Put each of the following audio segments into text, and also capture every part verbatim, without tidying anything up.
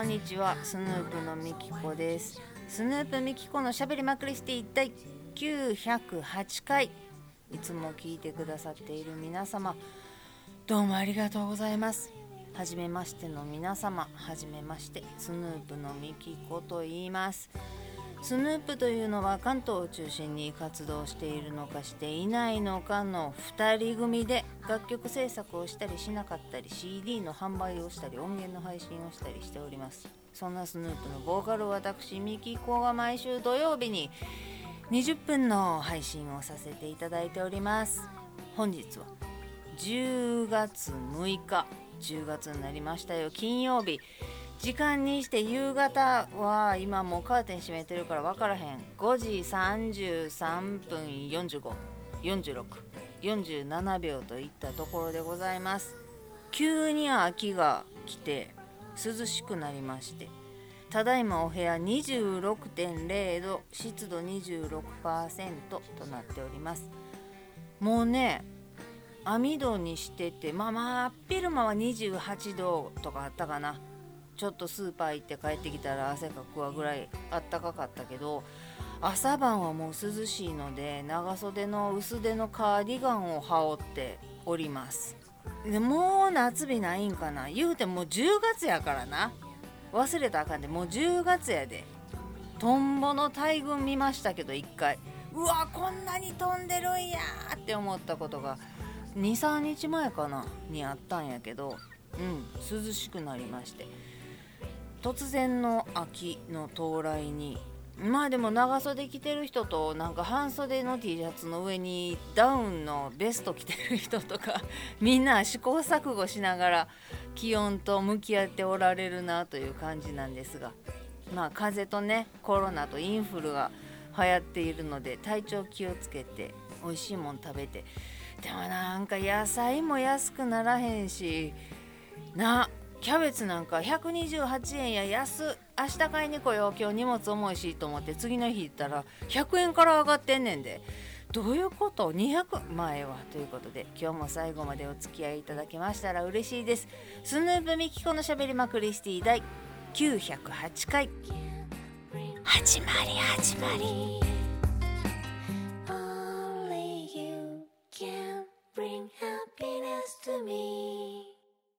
こんにちは、スヌープのみきこです。スヌープみきこのしゃべりまくりスティだいきゅうひゃくはちかい、いつも聞いてくださっている皆様、どうもありがとうございます。はじめましての皆様、はじめまして、スヌープのみきこと言います。スヌープというのは関東を中心に活動しているのかしていないのかのふたり組で、楽曲制作をしたりしなかったり シーディー の販売をしたり音源の配信をしたりしております。そんなスヌープのボーカル私みきこが毎週土曜日ににじゅっぷんの配信をさせていただいております。本日はじゅうがつむいか、じゅうがつになりましたよ、金曜日。時間にして夕方は今もうカーテン閉めてるから分からへん。ごじさんじゅうさんぷんよんじゅうご、よんじゅうろく、よんじゅうななびょうといったところでございます。急に秋が来て涼しくなりまして、ただいまお部屋 にじゅうろくてんれいど、湿度 にじゅうろくパーセント となっております。もうね、網戸にしてて、まあまあ昼間はにじゅうはちどとかあったかな。ちょっとスーパー行って帰ってきたら汗かくわぐらいあったかかったけど、朝晩はもう涼しいので長袖の薄手のカーディガンを羽織っております。でもう夏日ないんかな。言うてもうじゅうがつやからな、忘れたらあかんで。もうじゅうがつやで。トンボの大群見ましたけど、一回うわこんなに飛んでるんやって思ったことが にさんにちまえかなにあったんやけど、うん涼しくなりまして、突然の秋の到来に、まあでも長袖着てる人となんか半袖の T シャツの上にダウンのベスト着てる人とかみんな試行錯誤しながら気温と向き合っておられるなという感じなんですが、まあ風邪とね、コロナとインフルが流行っているので体調気をつけて美味しいもん食べて。でもなんか野菜も安くならへんしな、キャベツなんかひゃくにじゅうはちえんや、安、明日買いに来よう、今日荷物重いしと思って次の日行ったらひゃくえんから上がってんねんで、どういうこと。にひゃくまえはということで、今日も最後までお付き合いいただけましたら嬉しいです。スヌープみきこのしゃべりまくりスティだいきゅうひゃくはちかい、始まり始まり。Only you can bring happiness to me.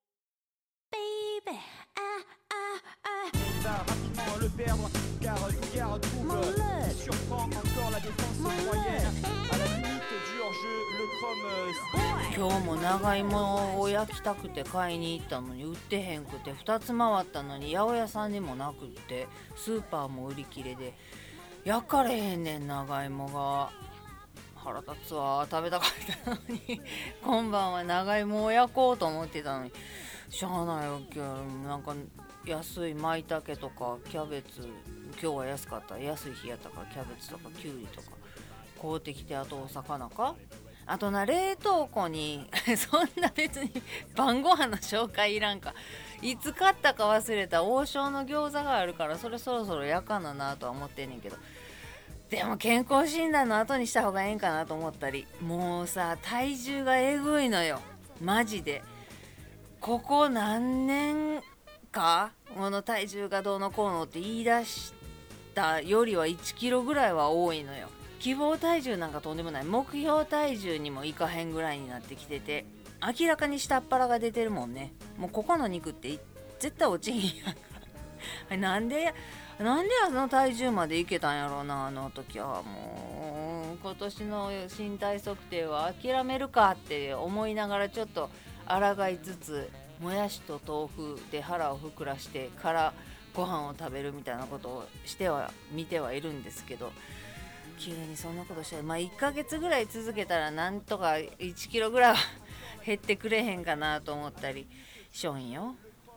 今日も長芋を焼きたくて買いに行ったのに売ってへんくて、ふたつ回ったのに八百屋さんにもなくって、スーパーも売り切れで焼かれへんねん、長芋が。腹立つわ。食べたかったのに今晩は長芋を焼こうと思ってたのにしゃあないわけ。なんか安い舞茸とかキャベツ、今日は安かった、安い日やったからキャベツとかキュウリとか買うてきて、あとお魚か、あとな冷凍庫にそんな別に晩ご飯の紹介いらんか。いつ買ったか忘れた王将の餃子があるから、それそろそろ焼かななとは思ってんねんけど、でも健康診断の後にした方がええんかなと思ったり。もうさ、体重がえぐいのよマジで。ここ何年かこの体重がどうのこうのって言い出したよりはいちキロぐらいは多いのよ。希望体重なんかとんでもない、目標体重にもいかへんぐらいになってきてて、明らかに下っ腹が出てるもんね。もうここの肉って絶対落ちひんやんかなんでなんであの体重までいけたんやろうな、あの時は。もう今年の身体測定は諦めるかって思いながら、ちょっと抗いつつ、もやしと豆腐で腹を膨らしてからご飯を食べるみたいなことをしては見てはいるんですけど、急にそんなことして、まあいっかげつぐらい続けたらなんとかいちキロぐらいは減ってくれへんかなと思ったりしょんよ。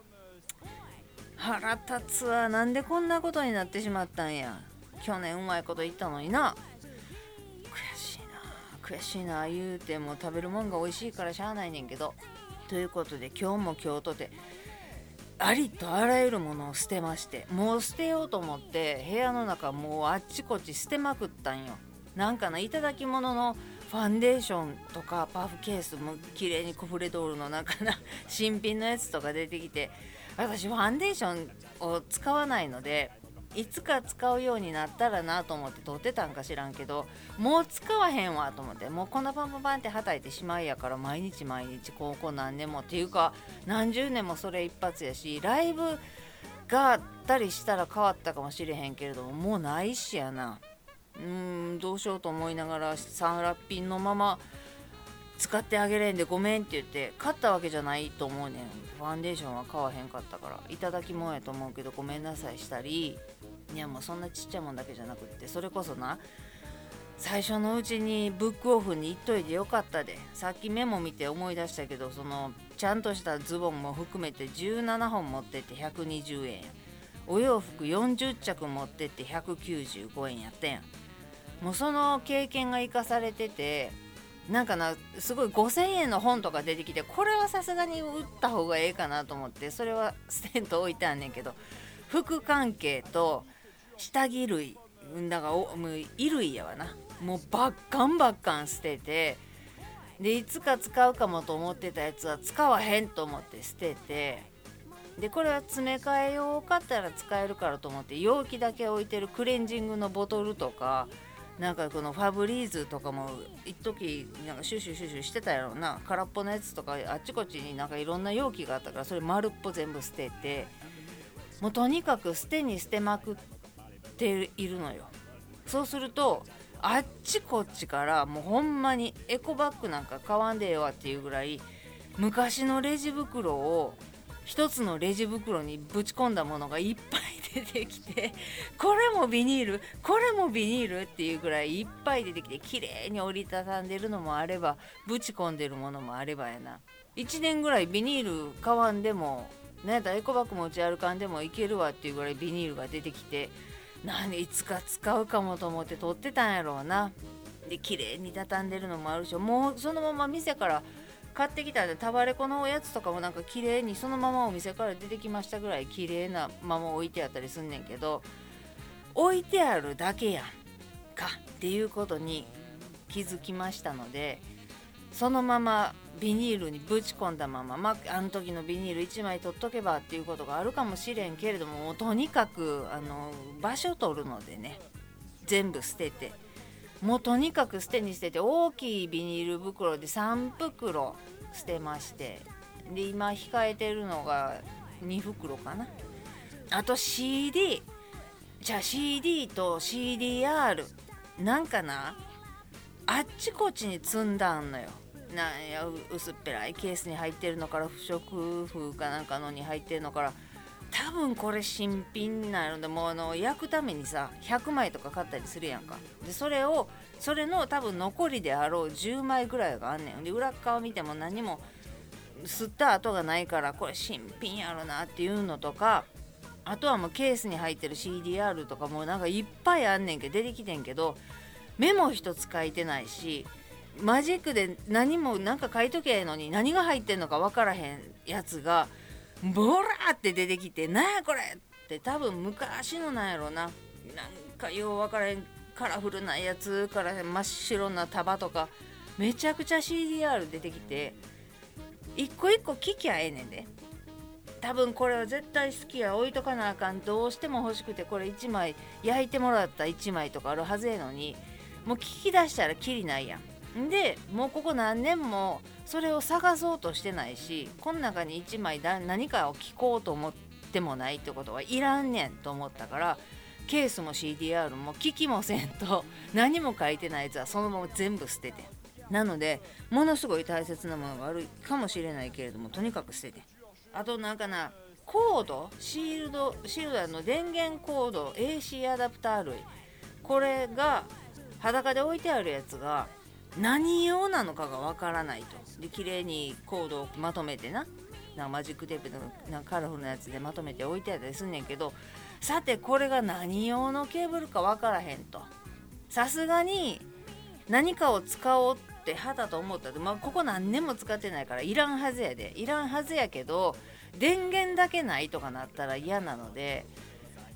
腹立つわ。なんでこんなことになってしまったんや。去年うまいこと言ったのにな。悔しいな悔しいな。言うても食べるもんが美味しいからしゃあないねんけど。ということで今日も今日とてありとあらゆるものを捨てまして、もう捨てようと思って部屋の中もうあっちこっち捨てまくったんよ。なんかないただき物のファンデーションとかパフケースも綺麗にコフレドールのなんかな新品のやつとか出てきて、私ファンデーションを使わないのでいつか使うようになったらなと思って撮ってたんか知らんけど、もう使わへんわと思って、もうこんなパンパンパンってはたいてしまいやから、毎日毎日ここ何年もっていうか何十年もそれ一発やし、ライブがあったりしたら変わったかもしれへんけれども、もうないしやな。うーんどうしようと思いながらさんらっぴんのまま使ってあげれんでごめんって言って買ったわけじゃないと思うねん。ファンデーションは買わへんかったからいただきもんやと思うけどごめんなさいしたり、いやもうそんなちっちゃいもんだけじゃなくって、それこそな最初のうちにブックオフに行っといてよかったで。さっきメモ見て思い出したけど、そのちゃんとしたズボンも含めてじゅうななほん持ってってひゃくにじゅうえんや、お洋服よんじゅっちゃく持ってってひゃくきゅうじゅうごえんやったやん。もうその経験が生かされてて、なんかなすごいごせんえんの本とか出てきて、これはさすがに売った方がええかなと思って、それはステンと置いてあんねんけど、服関係と下着類だからおもう衣類やわな、もうバッカンバッカン捨てて、でいつか使うかもと思ってたやつは使わへんと思って捨てて、でこれは詰め替え用買ったら使えるからと思って容器だけ置いてるクレンジングのボトルとか、なんかこのファブリーズとかも一時なんかシュシュシュシュしてたやろうな、空っぽのやつとかあっちこっちになんかいろんな容器があったから、それ丸っぽ全部捨てて、もうとにかく捨てに捨てまくっているのよ。そうするとあっちこっちからもうほんまにエコバッグなんか買わんでええわっていうぐらい昔のレジ袋を一つのレジ袋にぶち込んだものがいっぱい出てきて、これもビニールこれもビニールっていうぐらいいっぱい出てきて、綺麗に折りたたんでるのもあればぶち込んでるものもあればやな。いちねんぐらいビニール買わんでもなんやったらエコバッグ持ち歩かんでもいけるわっていうぐらいビニールが出てきて、何いつか使うかもと思って取ってたんやろうな。で綺麗に畳んでるのもあるし、もうそのまま店から買ってきたんで、タバレコのおやつとかもなんか綺麗にそのままお店から出てきましたぐらい綺麗なまま置いてあったりすんねんけど、置いてあるだけやんかっていうことに気づきましたので、そのままビニールにぶち込んだまま、まあ、あの時のビニールいちまい取っとけばっていうことがあるかもしれんけれども、もうとにかくあの場所取るのでね、全部捨てて、もうとにかく捨てに捨てて、大きいビニール袋でさんぶくろ捨てまして、で今控えてるのがにふくろかな。あと シーディー じゃあ シーディー と シーディーアール なんかなあっちこっちに積んだんのよ。なんや薄っぺらいケースに入ってるのから不織布かなんかのに入ってるのから、多分これ新品になるので、もうあの焼くためにさひゃくまいとか買ったりするやんか。でそれをそれの多分残りであろうじゅうまいぐらいがあんねん。で裏側見ても何も吸った跡がないから、これ新品やろなっていうのとか、あとはもうケースに入ってる シーディーアール とかもなんかいっぱいあんねんけど、出てきてんけどメモ一つ書いてないし、マジックで何もなんか書いときゃええのに何が入ってんのか分からへんやつがボラーって出てきて、なんやこれって多分昔のなんやろな、なんかよう分からへんカラフルなやつから真っ白な束とかめちゃくちゃ シーディーアール 出てきて、一個一個聞きゃええねんで。多分これは絶対好きや、置いとかなあかん、どうしても欲しくてこれいちまい焼いてもらったいちまいとかあるはずやのに、もう聞き出したらキリないやん。でもうここ何年もそれを探そうとしてないし、この中にいちまいだ何かを聞こうと思ってもないってことはいらんねんと思ったから、ケースも シーディーアール も聞きもせんと何も書いてないやつはそのまま全部捨てて、なのでものすごい大切なものがあるかもしれないけれども、とにかく捨てて。あとなんかな、コードシールドシールドの電源コード エーシー アダプター類、これが裸で置いてあるやつが何用なのかがわからないと。で綺麗にコードをまとめてな、なんかマジックテープのなんかカラフルなやつでまとめて置いてあったりすんねんけど、さてこれが何用のケーブルかわからへんと。さすがに何かを使おうってはたと思ったら、まあ、ここ何年も使ってないからいらんはずやで、いらんはずやけど電源だけないとかなったら嫌なので、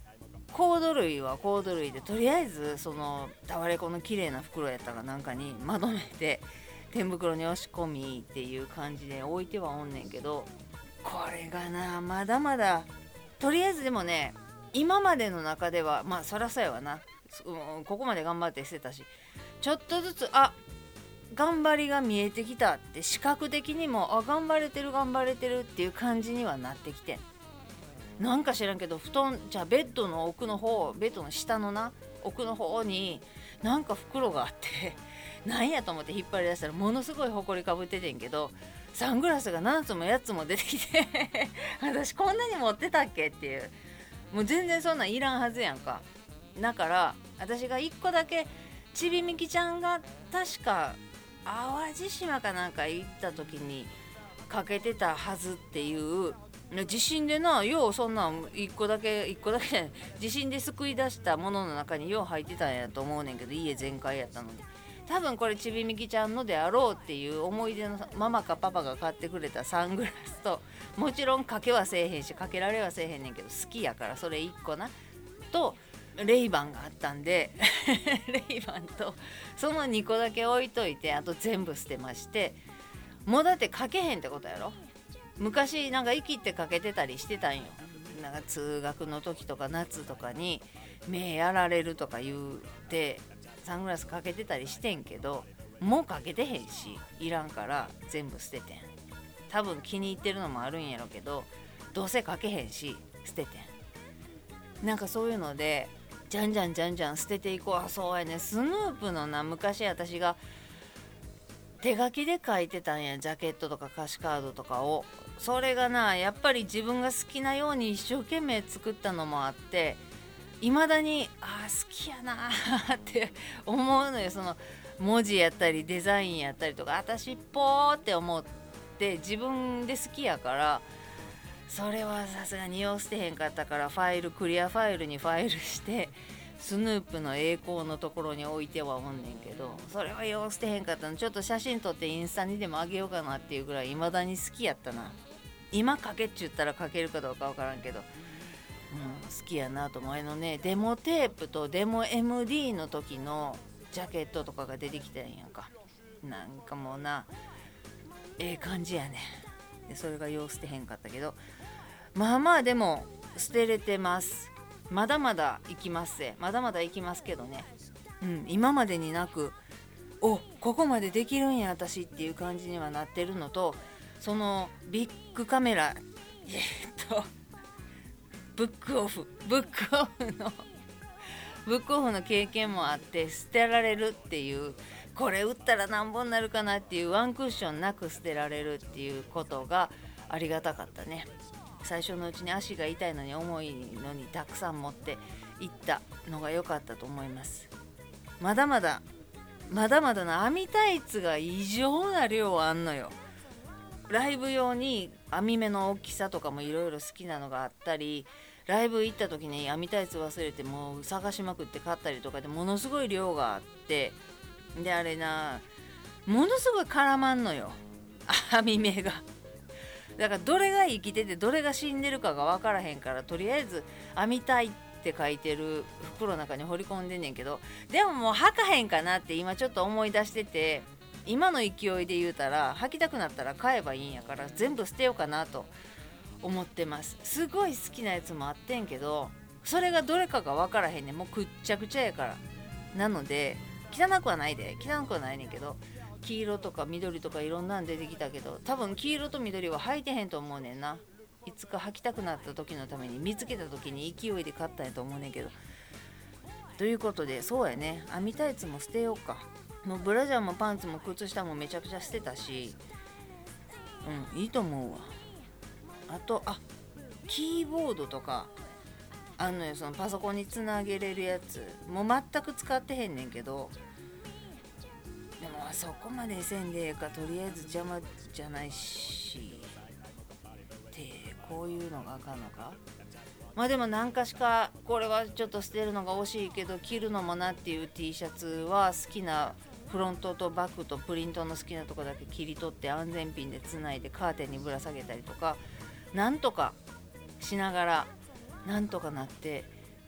コード類はコード類でとりあえずそのタワレコの綺麗な袋やったかなんかにまとめて天袋に押し込みっていう感じで置いてはおんねんけど、これがなまだまだとりあえずでもね、今までの中ではまあそらそうやわな、ここまで頑張ってしてたし、ちょっとずつあ頑張りが見えてきたって視覚的にもあ頑張れてる頑張れてるっていう感じにはなってきて、なんか知らんけど布団じゃあベッドの奥の方、ベッドの下のな奥の方になんか袋があってなんやと思って引っ張り出したらものすごいほこりかぶっててんけど、サングラスが何つもやつも出てきて私こんなに持ってたっけっていう、もう全然そんなんいらんはずやんか。だから私がいっこだけちびみきちゃんが確か淡路島かなんか行った時にかけてたはずっていう地震でな、ようそんなんいっこだけいっこだけじゃない地震で救い出したものの中によう入ってたんやと思うねんけど、家全開やったので多分これちびみきちゃんのであろうっていう思い出のママかパパが買ってくれたサングラスと、もちろんかけはせえへんしかけられはせえへんねんけど好きやからそれいっこなとレイバンがあったんでレイバンとそのにこだけ置いといてあと全部捨てまして、もうだってかけへんってことやろ。昔なんか生きてかけてたりしてたんよ。なんか通学の時とか夏とかに目やられるとか言うてサングラスかけてたりしてんけど、もうかけてへんしいらんから全部捨ててん。多分気に入ってるのもあるんやろけどどうせかけへんし捨ててん。なんかそういうのでじゃんじゃんじゃんじゃん捨てていこう。あそうやね、スヌープのな昔私が手書きで書いてたんや、ジャケットとか歌詞カードとかを。それがなやっぱり自分が好きなように一生懸命作ったのもあっていまだにあ好きやなって思うのよ。その文字やったりデザインやったりとか私っぽーって思って自分で好きやから、それはさすがによう捨てへんかったからファイルクリアファイルにファイルしてスヌープの栄光のところに置いてはおんねんけど、それはよう捨てへんかったの。ちょっと写真撮ってインスタにでもあげようかなっていうぐらい未だに好きやったな。今かけっちゅったらかけるかどうかわからんけど、うん、好きやなと思う。あのねデモテープとデモ エムディー の時のジャケットとかが出てきたんやんか。なんかもうなええ感じやね。でそれがよう捨てへんかったけど、まあまあでも捨てれてます。まだまだ行きますぜ。まだまだ行きますけどね、うん、今までになくおここまでできるんや私っていう感じにはなってるのと、そのビッグカメラえっとブックオフブックオフのブックオフの経験もあって捨てられるっていう、これ売ったら何本になるかなっていうワンクッションなく捨てられるっていうことがありがたかったね。最初のうちに足が痛いのに重いのにたくさん持って行ったのが良かったと思います。まだまだまだまだな網タイツが異常な量あんのよ。ライブ用に網目の大きさとかもいろいろ好きなのがあったり、ライブ行った時に網タイツ忘れてもう探しまくって買ったりとかでものすごい量があって、であれなものすごい絡まんのよ網目が。だからどれが生きててどれが死んでるかが分からへんから、とりあえず網タイって書いてる袋の中に放り込んでんねんけど、でももう履かへんかなって今ちょっと思い出してて、今の勢いで言うたら履きたくなったら買えばいいんやから全部捨てようかなと思ってます。すごい好きなやつもあってんけどそれがどれかが分からへんねん。もうくっちゃくちゃやから。なので汚くはないで汚くはないねんけど、黄色とか緑とかいろんなん出てきたけど多分黄色と緑は履いてへんと思うねんな。いつか履きたくなった時のために見つけた時に勢いで買ったんやと思うねんけど、ということでそうやね、網タイツも捨てようか。もうブラジャーもパンツも靴下もめちゃくちゃ捨てたし、うんいいと思うわ。あとあキーボードとかあのよ、そのパソコンにつなげれるやつもう全く使ってへんねんけど、でもあそこまでせんでええか、とりあえず邪魔じゃないしってこういうのがあかんのか。まあでも何かしかこれはちょっと捨てるのが惜しいけど着るのもなっていう T シャツは好きなフロントとバックとプリントの好きなとこだけ切り取って安全ピンでつないでカーテンにぶら下げたりとかなんとかしながらなんとかなって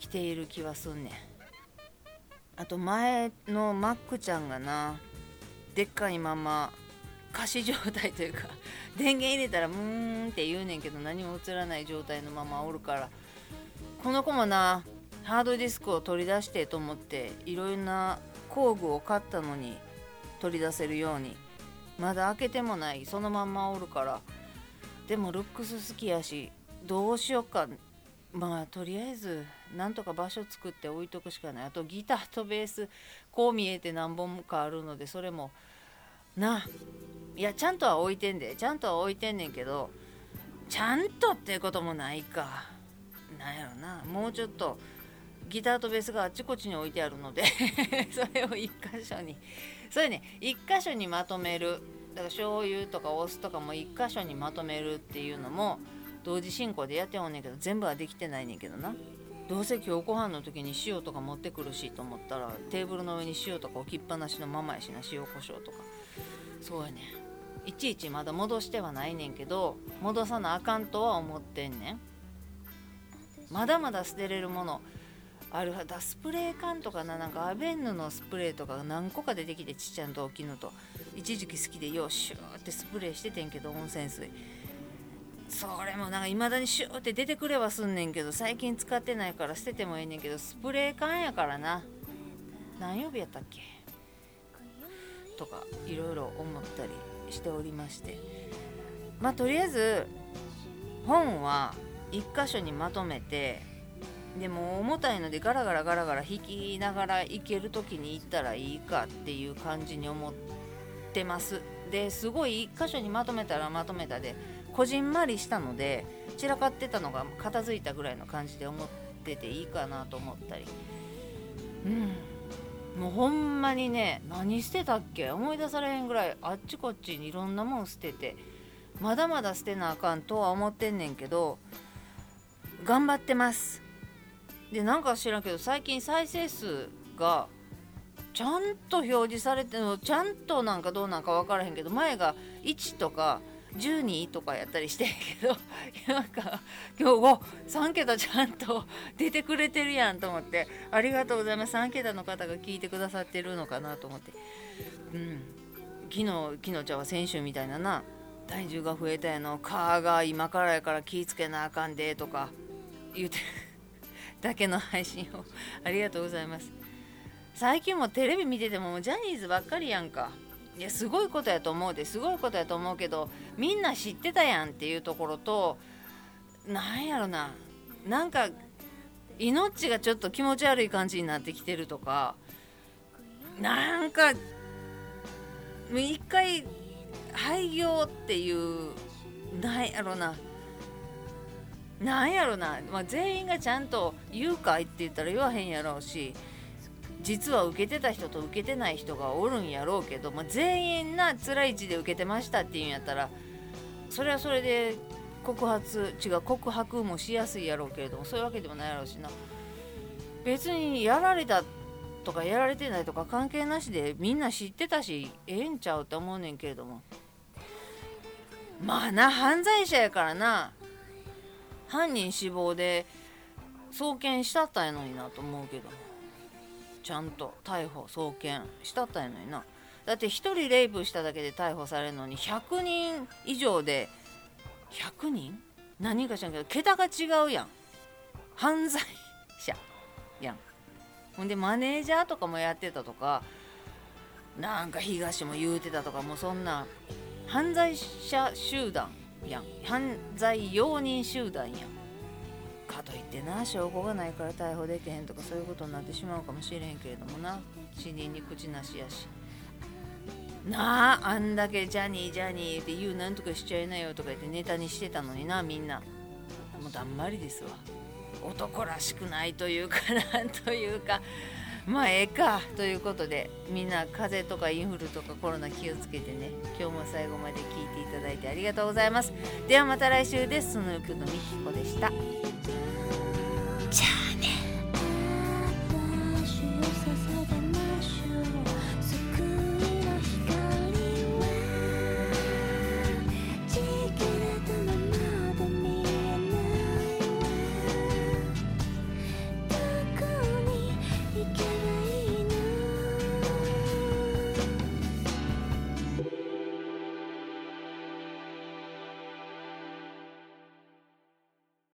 来ている気はすんねん。あと前のマックちゃんがな、でっかいまま仮死状態というか電源入れたらムーンって言うねんけど何も映らない状態のままおるから、この子もなハードディスクを取り出してと思っていろいろな工具を買ったのに取り出せるようにまだ開けてもないそのまんまおるから、でもルックス好きやしどうしよっか、まあとりあえずなんとか場所作って置いとくしかない。あとギターとベースこう見えて何本かあるのでそれもないやちゃんとは置いてんでちゃんとは置いてんねんけど、ちゃんとってこともないか、なんやろな、もうちょっとギターとベースがあっちこっちに置いてあるのでそれを一箇所にそれね一箇所にまとめる、だから醤油とかお酢とかも一箇所にまとめるっていうのも同時進行でやっておんねんけど全部はできてないねんけどな。どうせ今日ご飯の時に塩とか持ってくるしと思ったらテーブルの上に塩とか置きっぱなしのままやしな、塩コショウとか。そうやねん、いちいちまだ戻してはないねんけど戻さなあかんとは思ってんねん。まだまだ捨てれるものあるはだ。スプレー缶とかな、なんかアベンヌのスプレーとかが何個か出てきて、ちっちゃんと大きいのと一時期好きでようシューってスプレーしててんけど、温泉水それもなんか未だにシューって出てくれはすんねんけど最近使ってないから捨ててもええねんけど、スプレー缶やからな、何曜日やったっけとかいろいろ思ったりしておりまして、まあとりあえず本は一箇所にまとめて、でも重たいのでガラガラガラガラ引きながら行ける時に行ったらいいかっていう感じに思ってます。ですごい一箇所にまとめたらまとめたでこじんまりしたので散らかってたのが片付いたぐらいの感じで思ってていいかなと思ったり、うんもうほんまにね、何捨てたっけ思い出されへんぐらいあっちこっちにいろんなもん捨てて、まだまだ捨てなあかんとは思ってんねんけど頑張ってます。でなんか知らんけど最近再生数がちゃんと表示されてるの、ちゃんとなんかどうなんか分からへんけど前がいちとかじゅうにとかやったりしてんけどなんか今日さん桁ちゃんと出てくれてるやんと思ってありがとうございます。さん桁の方が聞いてくださってるのかなと思って、うん昨日昨日ちゃんは先週みたいなな、体重が増えたやの蚊が今からやから気ぃつけなあかんでとか言うてるだけの配信をありがとうございます。最近もテレビ見ててもジャニーズばっかりやんか。いやすごいことやと思うですごいことやと思うけどみんな知ってたやんっていうところと、なんやろな、なんか命がちょっと気持ち悪い感じになってきてるとか、なんか一回廃業っていうなんやろななんやろな、まあ、全員がちゃんと言うかいって言ったら言わへんやろうし、実は受けてた人と受けてない人がおるんやろうけど、まあ、全員な辛い位置で受けてましたっていうんやったらそれはそれで告発違う告白もしやすいやろうけれども、そういうわけでもないやろうしな。別にやられたとかやられてないとか関係なしでみんな知ってたしええんちゃうって思うねんけれども、まあな犯罪者やからな、犯人死亡で送検したったんやのになと思うけど、ちゃんと逮捕送検したったんやのにな。だって一人レイプしただけで逮捕されるのにひゃくにん以上でひゃくにん何か知らんけど桁が違うやん、犯罪者やん。ほんでマネージャーとかもやってたとかなんか東も言うてたとか、もうそんな犯罪者集団やん、犯罪容認集団やん。かといってな証拠がないから逮捕できへんとかそういうことになってしまうかもしれんけれどもな、死人に口なしやしなあ。あんだけジャニージャニーって言うなんとかしちゃいなよとか言ってネタにしてたのにな、みんなもうだんまりですわ。男らしくないというかなんというかまあええかということで、みんな風邪とかインフルとかコロナ気をつけてね。今日も最後まで聞いていただいてありがとうございます。ではまた来週です。スヌープのみきこでした。